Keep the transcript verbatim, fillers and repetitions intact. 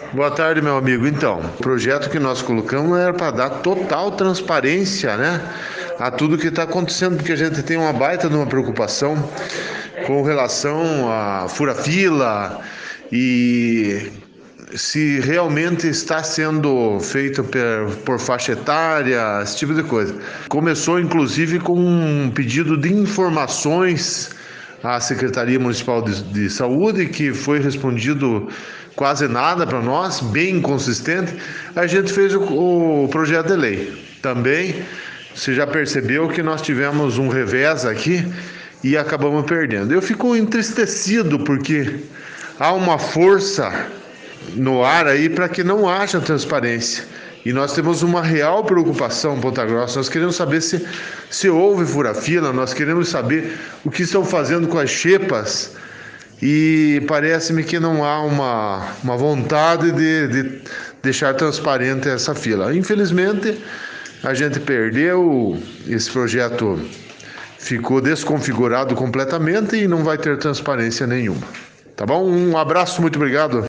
Boa tarde, meu amigo. Então, o projeto que nós colocamos era para dar total transparência, né, a tudo que está acontecendo, porque a gente tem uma baita de uma preocupação com relação a fura-fila e se realmente está sendo feito por, por faixa etária, esse tipo de coisa. Começou, inclusive, com um pedido de informações à Secretaria Municipal de, de Saúde, que foi respondido quase nada para nós, bem inconsistente. A gente fez o, o projeto de lei. Também, você já percebeu que nós tivemos um revés aqui e acabamos perdendo. Eu fico entristecido porque há uma força no ar aí para que não haja transparência. E nós temos uma real preocupação em Ponta Grossa. Nós queremos saber se, se houve fura-fila, nós queremos saber o que estão fazendo com as xepas. E parece-me que não há uma, uma vontade de, de deixar transparente essa fila. Infelizmente, a gente perdeu, esse projeto ficou desconfigurado completamente e não vai ter transparência nenhuma. Tá bom? Um abraço, muito obrigado.